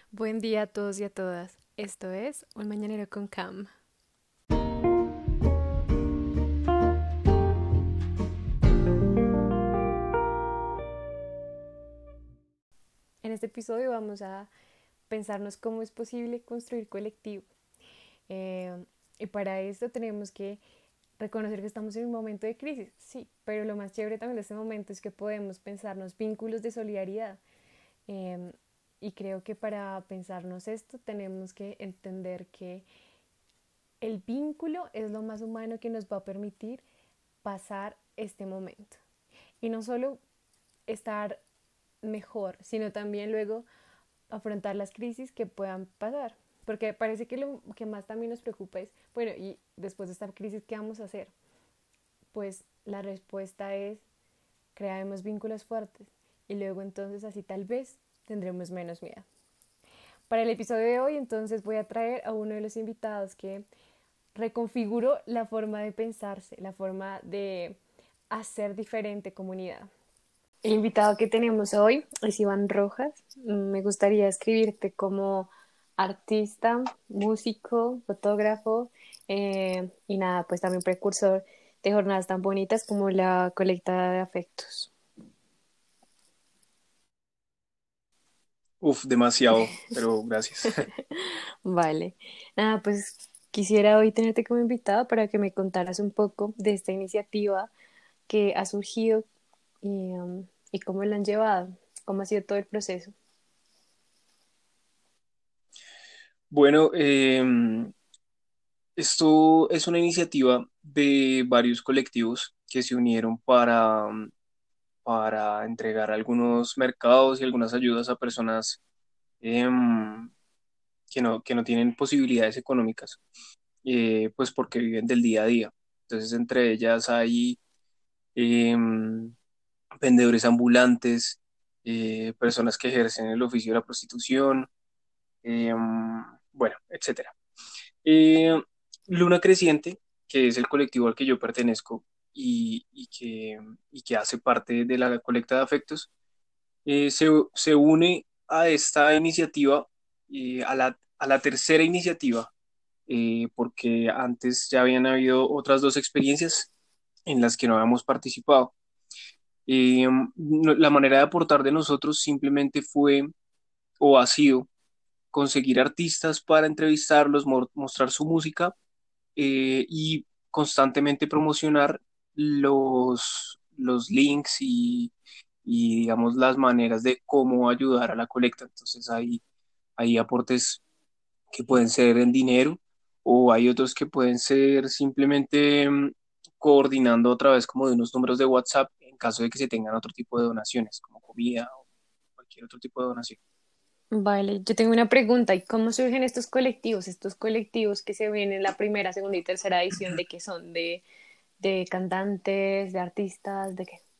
Buen día a todos y a todas. Esto es Un Mañanero con Cam. En este episodio vamos a pensarnos cómo es posible construir colectivo. Eh, y para esto tenemos que reconocer que estamos en un momento de crisis, sí, pero lo más chévere también de este momento es que podemos pensarnos vínculos de solidaridad. Eh, y creo que para pensarnos esto tenemos que entender que el vínculo es lo más humano que nos va a permitir pasar este momento. Y no solo estar mejor, sino también luego afrontar las crisis que puedan pasar. Porque parece que lo que más también nos preocupa es, bueno, y después de esta crisis, ¿qué vamos a hacer? Pues la respuesta es, crearemos vínculos fuertes y luego entonces así tal vez tendremos menos miedo. Para el episodio de hoy entonces voy a traer a uno de los invitados que reconfiguró la forma de pensarse, la forma de hacer diferente comunidad. El invitado que tenemos hoy es Iván Rojas. Me gustaría escribirte como artista, músico, fotógrafo y nada, pues también precursor de jornadas tan bonitas como la colecta de afectos. Uf, demasiado, pero gracias. Vale. Nada, pues quisiera hoy tenerte como invitado para que me contaras un poco de esta iniciativa que ha surgido y cómo la han llevado, cómo ha sido todo el proceso. Bueno, esto es una iniciativa de varios colectivos que se unieron para entregar algunos mercados y algunas ayudas a personas em, que no tienen posibilidades económicas, pues porque viven del día a día. Entonces, entre ellas hay em, vendedores ambulantes, personas que ejercen el oficio de la prostitución, bueno, etcétera. Eh, Luna Creciente, que es el colectivo al que yo pertenezco y que hace parte de la colecta de afectos, se une a esta iniciativa, a la tercera iniciativa, porque antes ya habían habido otras dos experiencias en las que no habíamos participado. La manera de aportar de nosotros simplemente fue o ha sido conseguir artistas para entrevistarlos, mostrar su música, y constantemente promocionar los links y, digamos, las maneras de cómo ayudar a la colecta. Entonces hay aportes que pueden ser en dinero o hay otros que pueden ser simplemente coordinando otra vez como de unos números de WhatsApp en caso de que se tengan otro tipo de donaciones, como comida o cualquier otro tipo de donación. Vale, yo tengo una pregunta. ¿Y cómo surgen estos colectivos? Estos colectivos que se ven en la primera, segunda y tercera edición, ¿de qué son? ¿De cantantes, de artistas, de qué?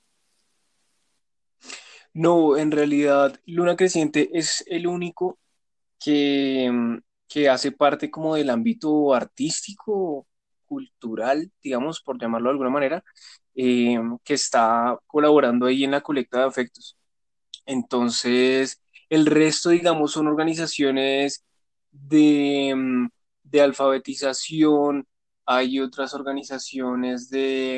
No, en realidad Luna Creciente es el único que hace parte como del ámbito artístico, cultural, digamos, por llamarlo de alguna manera, que está colaborando ahí en la colecta de afectos. Entonces, el resto, digamos, son organizaciones de alfabetización, hay otras organizaciones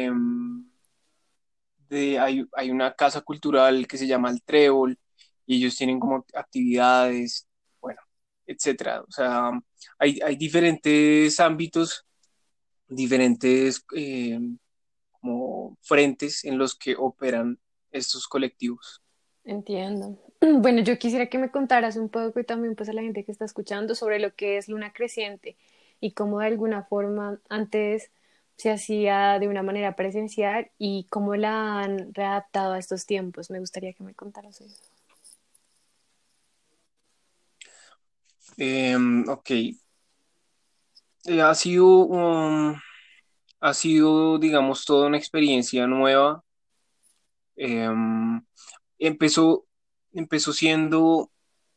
hay una casa cultural que se llama El Trébol y ellos tienen como actividades, bueno, etcétera. O sea, hay diferentes ámbitos, diferentes como frentes en los que operan estos colectivos. Entiendo. Bueno, yo quisiera que me contaras un poco y también pues a la gente que está escuchando sobre lo que es Luna Creciente y cómo de alguna forma antes se hacía de una manera presencial y cómo la han readaptado a estos tiempos. Me gustaría que me contaras eso. Ok. Ha sido, digamos, toda una experiencia nueva. Em, empezó, empezó siendo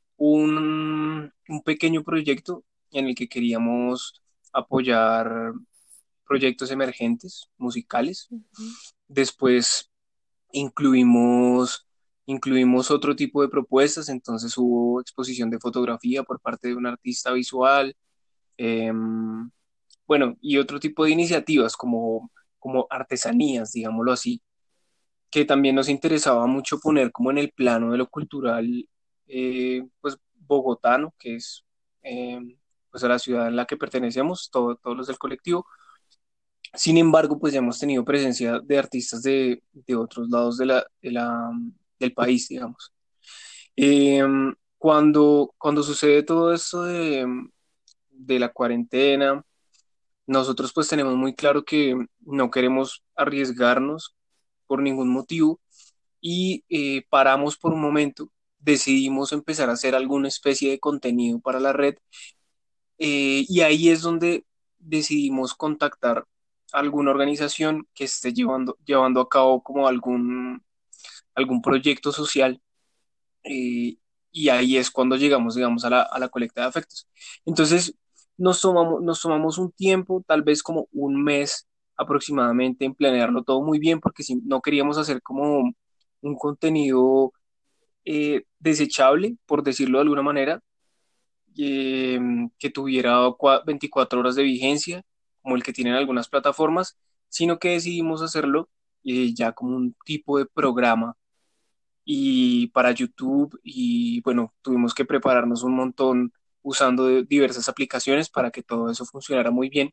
un pequeño proyecto en el que queríamos apoyar proyectos emergentes musicales. Ujú. Después incluimos incluimos otro tipo de propuestas, entonces hubo exposición de fotografía por parte de un artista visual, em, bueno, y otro tipo de iniciativas como artesanías, digámoslo así, que también nos interesaba mucho poner como en el plano de lo cultural, pues bogotano, que es pues a la ciudad en la que pertenecemos, todos los del colectivo. Sin embargo, pues ya hemos tenido presencia de artistas de otros lados del país, digamos. Eh, cuando sucede todo esto de la cuarentena, nosotros pues tenemos muy claro que no queremos arriesgarnos por ningún motivo y paramos por un momento, decidimos empezar a hacer alguna especie de contenido para la red, y ahí es donde decidimos contactar a alguna organización que esté llevando a cabo como algún proyecto social, eh, y ahí es cuando llegamos, digamos, a la colecta de afectos. Entonces, nos tomamos un tiempo, tal vez como un mes aproximadamente, en planearlo todo muy bien, porque si, no queríamos hacer como un contenido desechable, por decirlo de alguna manera, eh, que tuviera 24 horas de vigencia, como el que tienen algunas plataformas, sino que decidimos hacerlo ya como un tipo de programa y para YouTube, y bueno, tuvimos que prepararnos un montón usando diversas aplicaciones para que todo eso funcionara muy bien.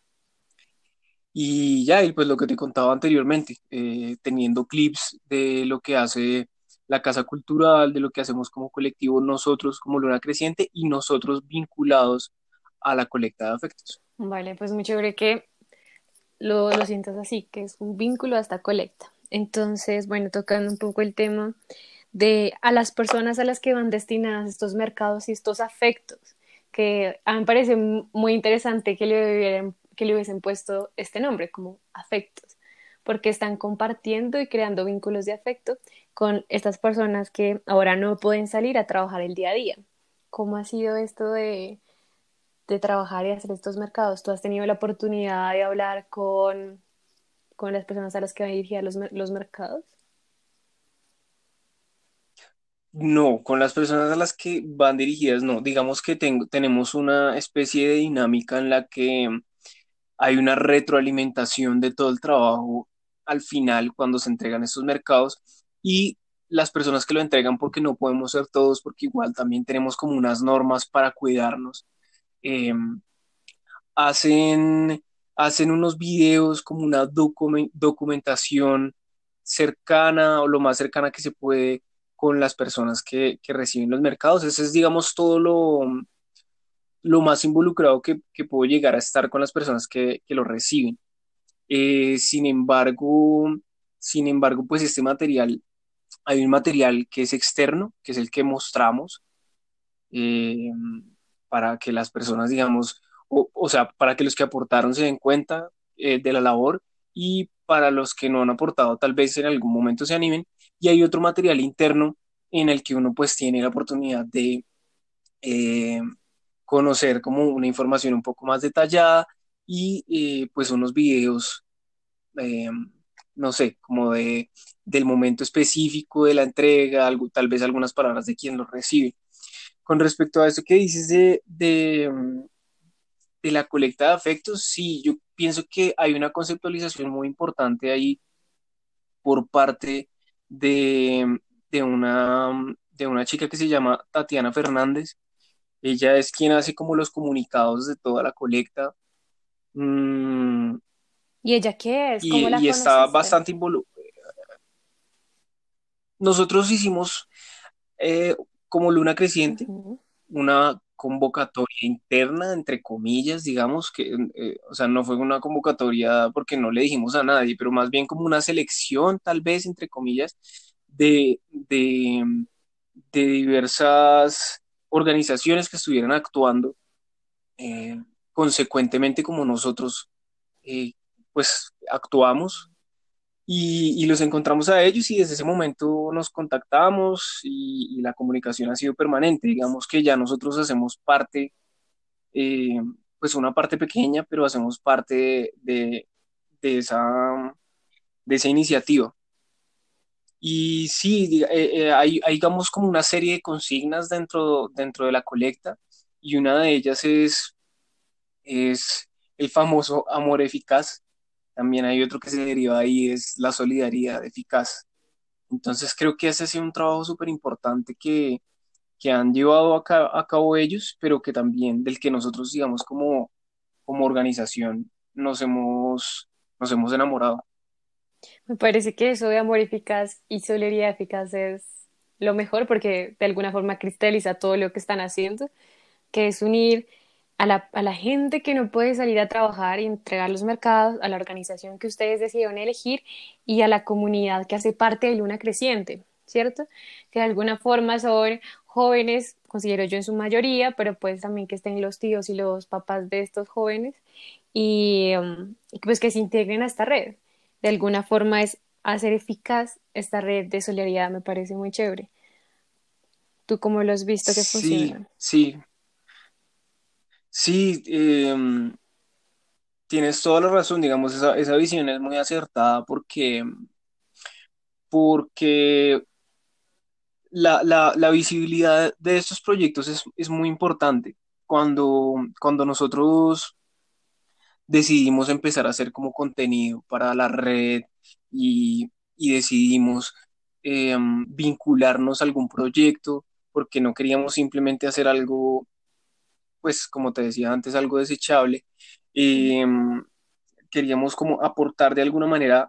Y ya, y pues lo que te contaba anteriormente, teniendo clips de lo que hace la Casa Cultural, de lo que hacemos como colectivo nosotros como Luna Creciente y nosotros vinculados a la colecta de afectos. Vale, pues muy chévere que lo sientas así, que es un vínculo hasta colecta. Entonces, bueno, tocando un poco el tema de a las personas a las que van destinadas estos mercados y estos afectos, que a mí me parece muy interesante que le hubiesen puesto este nombre como afectos, porque están compartiendo y creando vínculos de afecto con estas personas que ahora no pueden salir a trabajar el día a día. ¿Cómo ha sido esto de trabajar y hacer estos mercados? ¿Tú has tenido la oportunidad de hablar con las personas a las que van dirigidas los mercados? No, con las personas a las que van dirigidas, no. Digamos que tenemos una especie de dinámica en la que hay una retroalimentación de todo el trabajo al final cuando se entregan estos mercados, y las personas que lo entregan, porque no podemos ser todos, porque igual también tenemos como unas normas para cuidarnos, eh, hacen, hacen unos videos como una documentación cercana o lo más cercana que se puede con las personas que reciben los mercados. Ese es, digamos, todo lo más involucrado que puedo llegar a estar con las personas que lo reciben. Eh, sin embargo, sin embargo, pues este material, hay un material que es externo, que es el que mostramos, eh, para que las personas, digamos, o sea, para que los que aportaron se den cuenta de la labor, y para los que no han aportado tal vez en algún momento se animen. Y hay otro material interno en el que uno pues tiene la oportunidad de eh, conocer como una información un poco más detallada, y pues unos videos, eh, no sé, como del momento específico de la entrega, tal vez algunas palabras de quien lo recibe. Con respecto a esto que dices de la colecta de afectos, sí, yo pienso que hay una conceptualización muy importante ahí por parte de, de una chica que se llama Tatiana Fernández. Ella es quien hace como los comunicados de toda la colecta. mm, ¿Y ella qué es? ¿Cómo la y está conociste? bastante involucrada. Nosotros hicimos, eh, como Luna Creciente, Ujú. una convocatoria interna, entre comillas, digamos, que, o sea, no fue una convocatoria porque no le dijimos a nadie, pero más bien como una selección, tal vez, entre comillas, de diversas organizaciones que estuvieran actuando consecuentemente como nosotros, eh, pues, actuamos. Y los encontramos a ellos, y desde ese momento nos contactamos, y la comunicación ha sido permanente. Digamos que ya nosotros hacemos parte, eh, pues una parte pequeña, pero hacemos parte de esa iniciativa. Y sí, hay, digamos como una serie de consignas dentro de la colecta y una de ellas es el famoso amor eficaz. También hay otro que se deriva ahí, es la solidaridad eficaz. Entonces creo que ese ha sido un trabajo súper importante que han llevado a cabo ellos, pero que también del que nosotros, digamos, como organización nos hemos enamorado. Me parece que eso de amor eficaz y solidaridad eficaz es lo mejor porque de alguna forma cristaliza todo lo que están haciendo, que es unir a la gente que no puede salir a trabajar y entregar los mercados, a la organización que ustedes decidieron elegir y a la comunidad que hace parte de Luna Creciente, ¿cierto? Que de alguna forma son jóvenes, considero yo en su mayoría, pero pues también que estén los tíos y los papás de estos jóvenes y pues que se integren a esta red. De alguna forma es hacer eficaz esta red de solidaridad, me parece muy chévere. ¿Tú cómo lo has visto que Sí, funciona? sí, sí, tienes toda la razón, digamos, esa visión es muy acertada porque la visibilidad de estos proyectos es muy importante. Cuando nosotros decidimos empezar a hacer como contenido para la red y decidimos vincularnos a algún proyecto, porque no queríamos simplemente hacer algo, pues como te decía antes, algo desechable. em, Queríamos como aportar de alguna manera,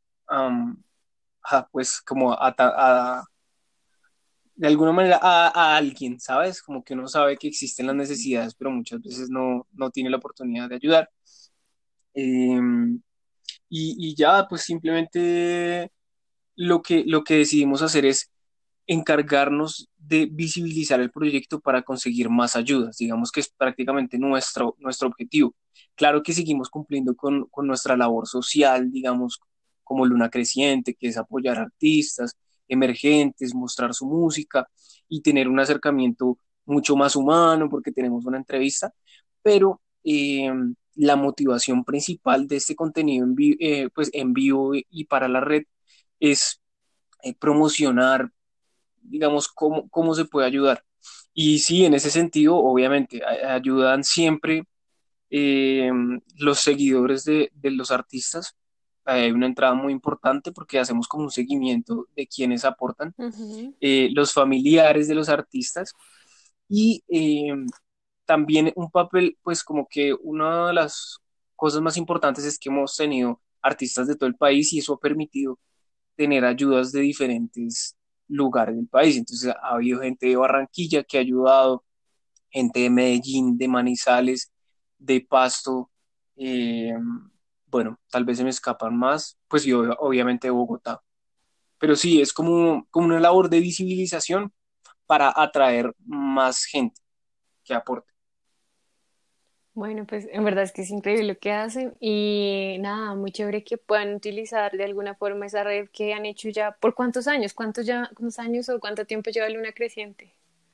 pues como de alguna manera a alguien, ¿sabes? Como que uno sabe que existen las necesidades, pero muchas veces no tiene la oportunidad de ayudar. Em, y ya, pues simplemente lo que decidimos hacer es encargarnos de visibilizar el proyecto para conseguir más ayudas. Digamos que es prácticamente nuestro objetivo. Claro que seguimos cumpliendo con nuestra labor social, digamos, como Luna Creciente, que es apoyar artistas emergentes, mostrar su música y tener un acercamiento mucho más humano porque tenemos una entrevista, pero la motivación principal de este contenido pues en vivo y para la red es promocionar, digamos, cómo se puede ayudar. Y sí, en ese sentido, obviamente, ayudan siempre eh, los seguidores de los artistas. Hay una entrada muy importante porque hacemos como un seguimiento de quienes aportan, Ujú. los familiares de los artistas y también un papel, pues como que una de las cosas más importantes es que hemos tenido artistas de todo el país y eso ha permitido tener ayudas de diferentes lugares del país. Entonces ha habido gente de Barranquilla que ha ayudado, gente de Medellín, de Manizales, de Pasto, eh, bueno, tal vez se me escapan más, pues y obviamente de Bogotá. Pero sí, es como una labor de visibilización para atraer más gente que aporte. Bueno, pues en verdad es que es increíble lo que hacen y nada, muy chévere que puedan utilizar de alguna forma esa red que han hecho ya. ¿Por cuántos años? ¿Cuántos años o cuánto tiempo lleva Luna Creciente?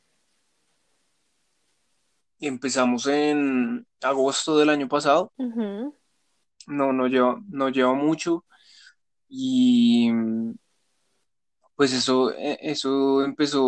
Empezamos en agosto del año pasado, Ujú, no lleva mucho y pues eso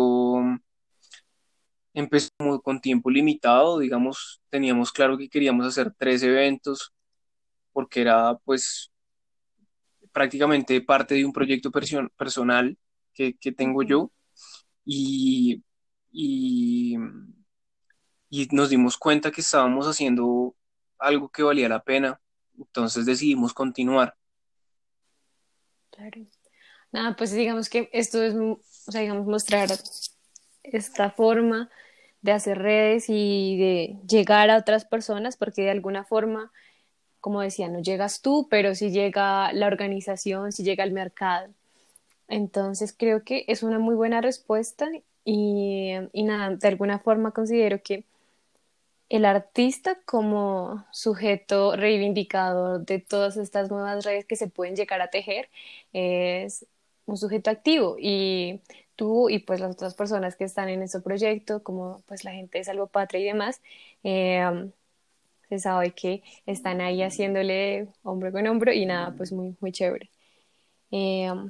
empezó como con tiempo limitado, digamos, teníamos claro que queríamos hacer 3 eventos porque era pues prácticamente parte de un proyecto personal que tengo ujú. yo y, y, y nos dimos cuenta que estábamos haciendo algo que valía la pena, entonces decidimos continuar. Claro. Nada, pues digamos que esto es, o sea, digamos, mostrar esta forma de hacer redes y de llegar a otras personas, porque de alguna forma, como decía, no llegas tú, pero sí llega la organización, sí llega el mercado. Entonces creo que es una muy buena respuesta y nada, de alguna forma considero que el artista como sujeto reivindicador de todas estas nuevas redes que se pueden llegar a tejer es un sujeto activo y tú y pues las otras personas que están en este proyecto, como pues la gente de Salvo Patria y demás, eh, se sabe que están ahí haciéndole hombro con hombro y nada, pues muy, muy chévere. Eh,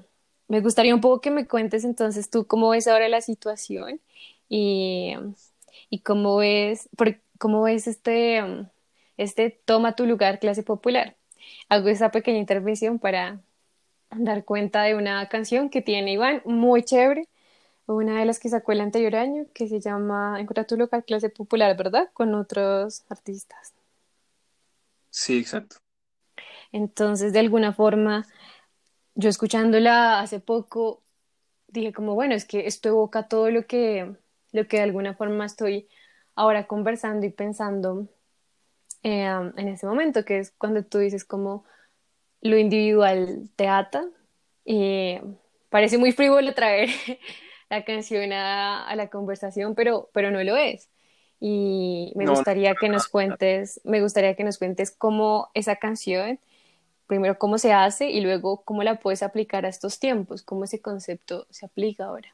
Me gustaría un poco que me cuentes entonces tú cómo ves ahora la situación y, y cómo ves este Toma tu lugar, clase popular. Hago esa pequeña intervención para dar cuenta de una canción que tiene Iván, muy chévere, una de las que sacó el anterior año, que se llama Encuentra tu lugar, clase popular, ¿verdad? Con otros artistas. Sí, exacto. Entonces, de alguna forma, yo escuchándola hace poco, dije como, bueno, es que esto evoca todo lo que de alguna forma estoy ahora conversando y pensando en ese momento, que es cuando tú dices como lo individual te ata. Y parece muy frívolo traer la canción a la conversación, pero no lo es. Y No, no, me gustaría que nos cuentes cómo esa canción, primero cómo se hace y luego cómo la puedes aplicar a estos tiempos, cómo ese concepto se aplica ahora.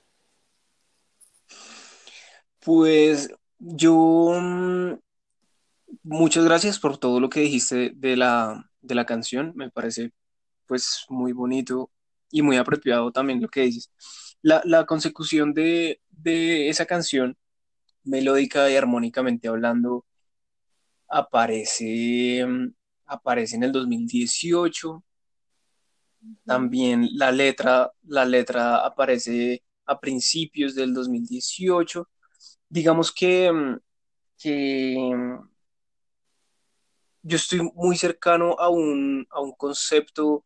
pues yo, muchas gracias por todo lo que dijiste de la canción. Me parece pues muy bonito y muy apropiado también lo que dices. La consecución de esa canción, melódica y armónicamente hablando, aparece, aparece en el 2018. Ujú. También la letra aparece a principios del 2018. Digamos que yo estoy muy cercano a un concepto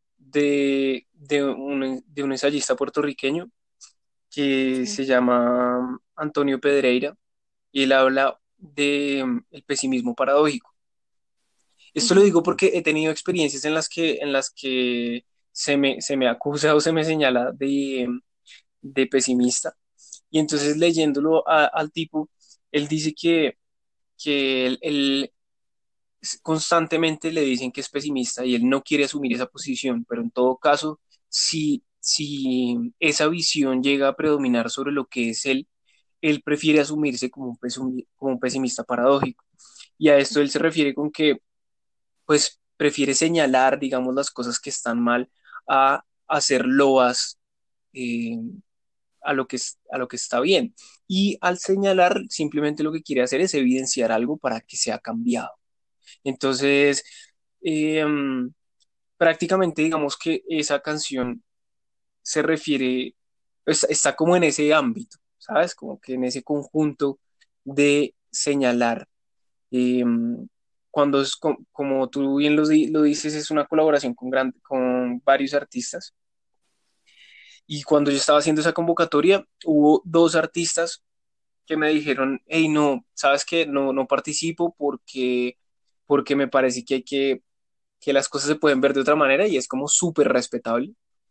de un ensayista puertorriqueño que Sí. se llama Antonio Pedreira, y él habla de el pesimismo paradójico. Esto lo Ujú. digo porque he tenido experiencias en las que se me acusa o se me señala de pesimista. Y entonces leyéndolo al tipo, él dice que él constantemente le dicen que es pesimista y él no quiere asumir esa posición, pero en todo caso, si esa visión llega a predominar sobre lo que es él prefiere asumirse como como un pesimista paradójico. Y a esto él se refiere con que, pues, prefiere señalar, digamos, las cosas que están mal a hacer loas eh, a lo que está bien. Y al señalar, simplemente lo que quiere hacer es evidenciar algo para que sea cambiado. Entonces, eh, prácticamente digamos que esa canción se refiere, está como en ese ámbito, ¿sabes? Como que en ese conjunto de señalar. eh, Cuando es como tú bien lo dices, es una colaboración con varios artistas. Y cuando yo estaba haciendo esa convocatoria, hubo dos artistas que me dijeron, hey, no, ¿sabes qué? No, no participo porque me parece que las cosas se pueden ver de otra manera y es como súper respetable.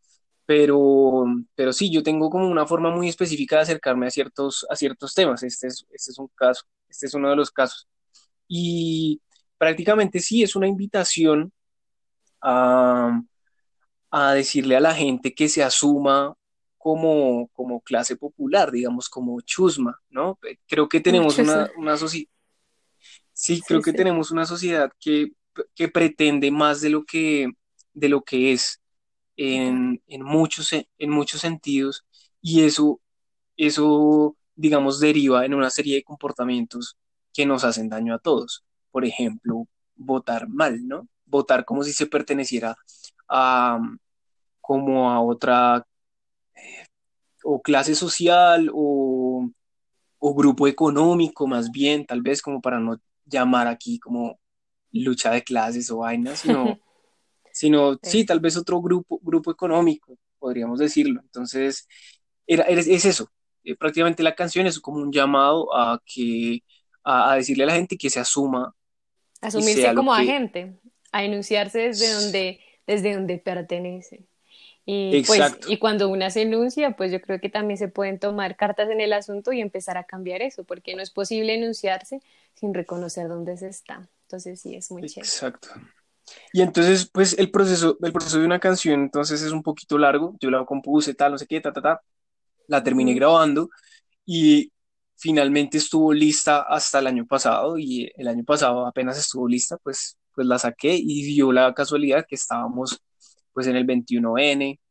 Pero sí, yo tengo como una forma muy específica de acercarme a ciertos temas. Este es un caso, este es uno de los casos. Y prácticamente sí, es una invitación a, a decirle a la gente que se asuma como clase popular, digamos, como chusma, ¿no? Creo que tenemos Muchos, una sociedad, sí, creo sí, que sí. tenemos una sociedad que pretende más de lo que es Total. en muchos sentidos, y eso, digamos, deriva en una serie de comportamientos que nos hacen daño a todos. Por ejemplo, votar mal, ¿no? Votar como si se perteneciera a, como a otra o clase social o grupo económico, más bien, tal vez como para no llamar aquí como lucha de clases o vainas, sino Sí. sí, tal vez otro grupo económico, podríamos decirlo. Entonces, es eso. Prácticamente la canción es como un llamado a decirle a la gente que se asuma y sea Asumirse lo como que agente, a enunciarse desde donde pertenece. Y pues, exacto, y cuando una se enuncia, pues yo creo que también se pueden tomar cartas en el asunto y empezar a cambiar eso, porque no es posible enunciarse sin reconocer dónde se está. Entonces sí, es muy chévere. exacto. Y entonces, pues el proceso de una canción entonces es un poquito largo. Yo la compuse, tal, no sé qué, ta, ta, ta. La terminé Ujú. grabando y finalmente estuvo lista hasta el año pasado, y el año pasado apenas estuvo lista, pues la saqué y dio la casualidad que estábamos pues en el 21N,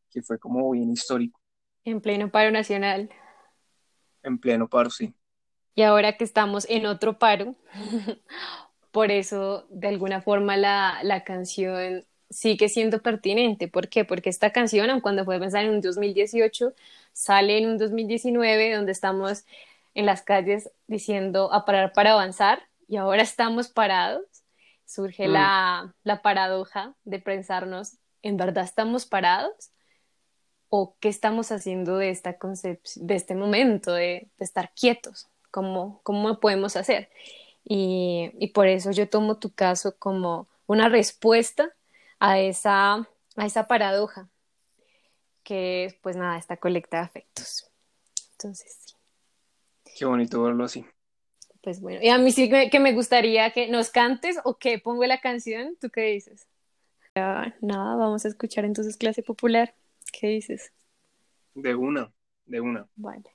que fue como bien histórico, En pleno paro nacional. en pleno paro, sí. Y ahora que estamos en otro paro, por eso de alguna forma la canción sigue siendo pertinente. ¿Por qué? Porque esta canción, aun cuando fue pensada en un 2018, sale en un 2019 donde estamos en las calles diciendo a parar para avanzar y ahora estamos parados. Surge Mm, la paradoja de pensarnos, ¿en verdad estamos parados? ¿O qué estamos haciendo de esta de este momento de estar quietos? ¿Cómo podemos hacer? Y por eso yo tomo tu caso como una respuesta a a esa paradoja que es, pues nada, esta colecta de afectos. Entonces, sí, qué bonito verlo así. pues bueno. Y a mí sí que me gustaría que nos cantes o que pongo la canción. ¿Tú qué dices? Ah, nada, vamos a escuchar entonces clase popular. ¿Qué dices? De una, de una. Vale.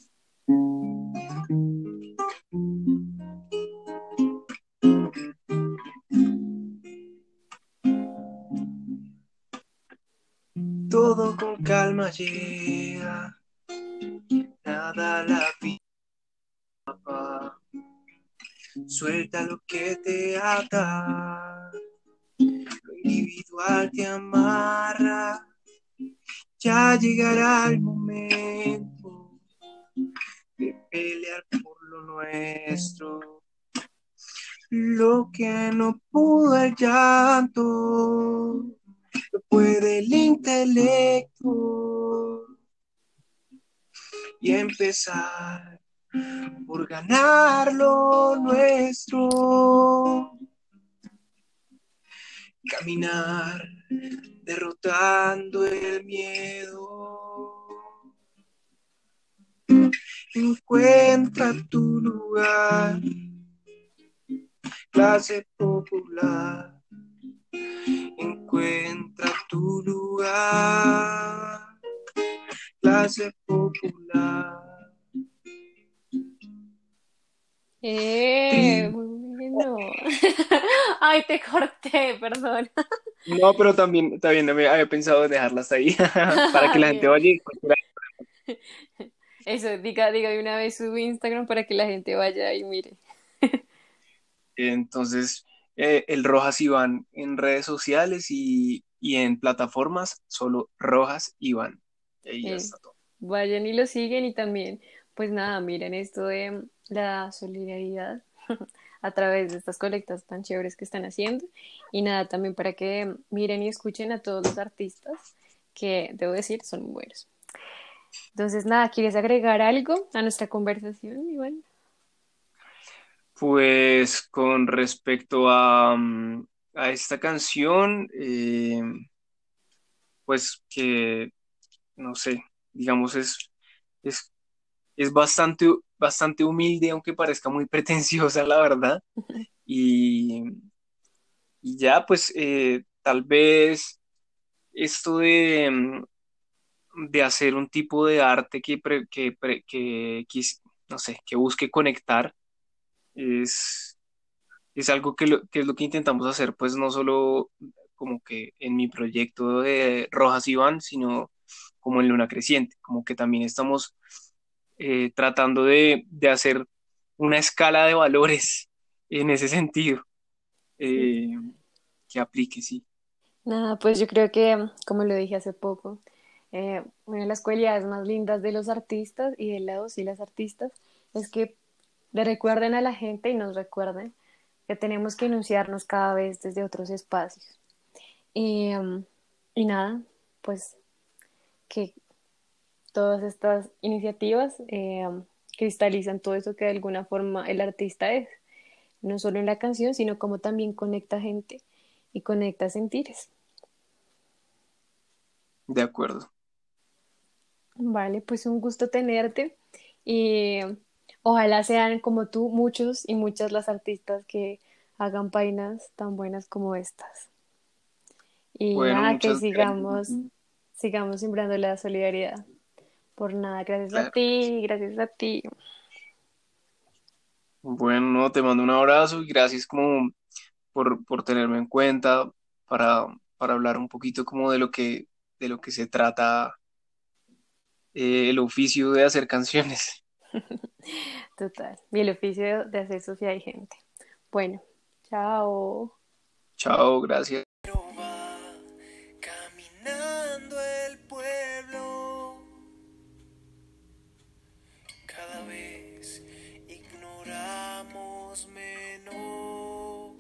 Todo con calma llega, nada la papa. Suelta lo que te ata, lo individual te amarra. Ya llegará el momento de pelear por lo nuestro. Lo que no pudo el llanto, lo puede el intelecto. Y empezar por ganar lo nuestro. Caminar derrotando el miedo. Encuentra tu lugar, clase popular. Encuentra tu lugar, clase popular. Muy bueno. Ay, te corté, perdón. No, pero también había pensado en dejarla hasta ahí para que la gente Bien. vaya y escuche. Eso, diga de una vez su Instagram para que la gente vaya y mire. Entonces, el Rojas Iván en redes sociales y en plataformas, solo Rojas Iván. Y ahí ya Eh, está todo. Vayan y lo siguen y también, pues nada, miren esto de la solidaridad a través de estas colectas tan chéveres que están haciendo. Y nada, también para que miren y escuchen a todos los artistas que, debo decir, son muy buenos. Entonces, nada, ¿quieres agregar algo a nuestra conversación, Iván? Pues con respecto a esta canción, pues que, no sé, digamos, es, es bastante humilde, aunque parezca muy pretenciosa, la verdad. Y, y ya, pues tal vez esto de hacer un tipo de arte no sé, que busque conectar, es, es algo que es lo que intentamos hacer, pues no solo como que en mi proyecto de Rojas Iván, sino como en Luna Creciente, como que también estamos tratando de hacer una escala de valores en ese sentido, Sí. eh, que aplique, sí. Nada, pues yo creo que, como lo dije hace poco, una de las cualidades más lindas de los artistas y de los y las artistas es que le recuerden a la gente y nos recuerden que tenemos que enunciarnos cada vez desde otros espacios. Y, y nada, pues que todas estas iniciativas cristalizan todo eso que de alguna forma el artista es, no solo en la canción, sino como también conecta gente y conecta sentires. De acuerdo. Vale, pues un gusto tenerte y ojalá sean como tú muchos y muchas las artistas que hagan vainas tan buenas como estas. Y Bueno, nada, que muchas gracias. sigamos sembrando la solidaridad. Por nada, Claro. gracias a ti. Bueno, no, te mando un abrazo y gracias como por tenerme en cuenta para, para hablar un poquito como de lo que de lo que se trata el oficio de hacer canciones. Total. Y el oficio de hacer sociedad y gente. Bueno, chao. Chao, gracias. Pero va caminando el pueblo, cada vez ignoramos menos.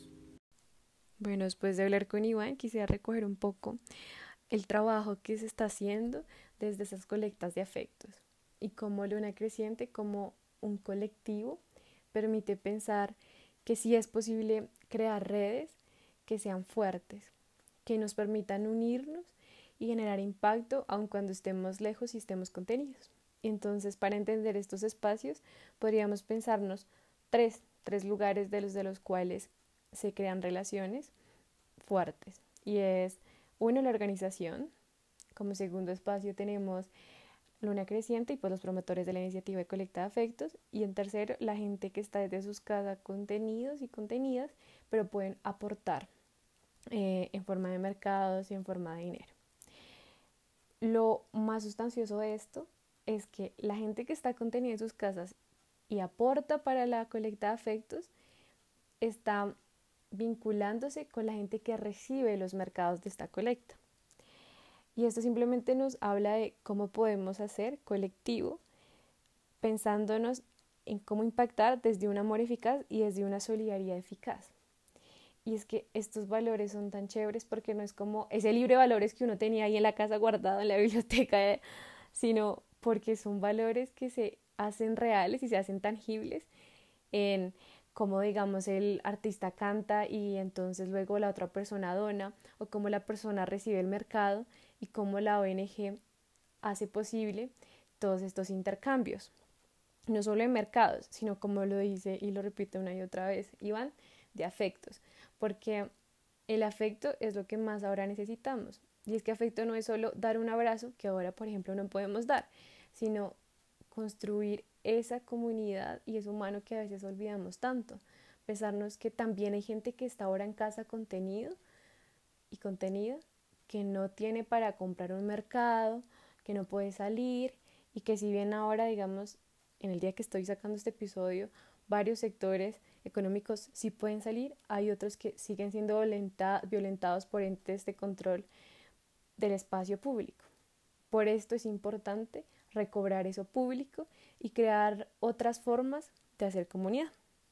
Bueno, después de hablar con Iván, quisiera recoger un poco el trabajo que se está haciendo desde esas colectas de afectos y cómo Luna Creciente, como un colectivo, permite pensar que sí es posible crear redes que sean fuertes, que nos permitan unirnos y generar impacto aun cuando estemos lejos y estemos contenidos. Entonces, para entender estos espacios, podríamos pensarnos tres lugares de los cuales se crean relaciones fuertes. Y es, uno, la organización. Como segundo espacio tenemos Luna Creciente y pues los promotores de la iniciativa de Colecta de Afectos. Y en tercero, la gente que está desde sus casas contenidos y contenidas, pero pueden aportar en forma de mercados y en forma de dinero. Lo más sustancioso de esto es que la gente que está contenida en sus casas y aporta para la colecta de afectos está vinculándose con la gente que recibe los mercados de esta colecta. Y esto simplemente nos habla de cómo podemos hacer colectivo, pensándonos en cómo impactar desde un amor eficaz y desde una solidaridad eficaz. Y es que estos valores son tan chéveres porque no es como ese libro de valores que uno tenía ahí en la casa guardado en la biblioteca, sino porque son valores que se hacen reales y se hacen tangibles en cómo, digamos, el artista canta y entonces luego la otra persona dona, o cómo la persona recibe el mercado y cómo la ONG hace posible todos estos intercambios. No solo en mercados, sino como lo dice y lo repite una y otra vez Iván, de afectos, porque el afecto es lo que más ahora necesitamos. Y es que afecto no es solo dar un abrazo, que ahora, por ejemplo, no podemos dar, sino construir esa comunidad y ese humano que a veces olvidamos tanto. Pensarnos que también hay gente que está ahora en casa contenido y contenida, que no tiene para comprar un mercado, que no puede salir y que si bien ahora, digamos, en el día que estoy sacando este episodio, varios sectores económicos sí pueden salir, hay otros que siguen siendo violentados por entes de control del espacio público. Por esto es importante recobrar eso público y crear otras formas de hacer comunidad.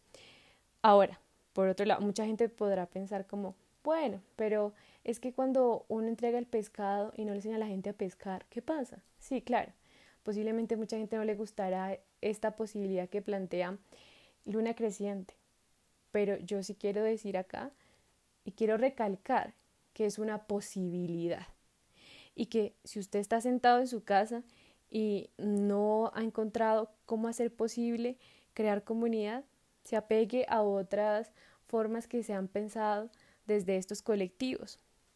Ahora, por otro lado, mucha gente podrá pensar como, bueno, pero es que cuando uno entrega el pescado y no le enseña a la gente a pescar, ¿qué pasa? Sí, claro, posiblemente mucha gente no le gustará esta posibilidad que plantea Luna Creciente, pero yo sí quiero decir acá y quiero recalcar que es una posibilidad y que si usted está sentado en su casa y no ha encontrado cómo hacer posible crear comunidad, se apegue a otras formas que se han pensado desde estos colectivos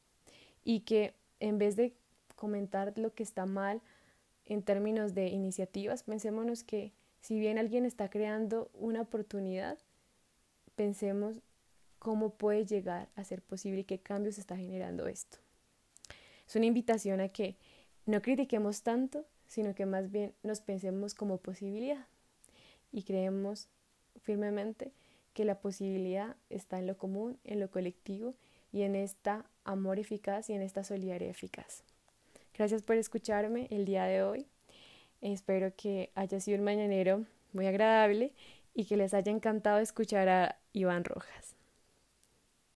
y que en vez de comentar lo que está mal en términos de iniciativas, pensémonos que si bien alguien está creando una oportunidad, pensemos cómo puede llegar a ser posible y qué cambios está generando esto. Es una invitación a que no critiquemos tanto, sino que más bien nos pensemos como posibilidad y creemos firmemente que la posibilidad está en lo común, en lo colectivo y en esta amor eficaz y en esta solidaridad eficaz. Gracias por escucharme el día de hoy. Espero que haya sido un mañanero muy agradable y que les haya encantado escuchar a Iván Rojas.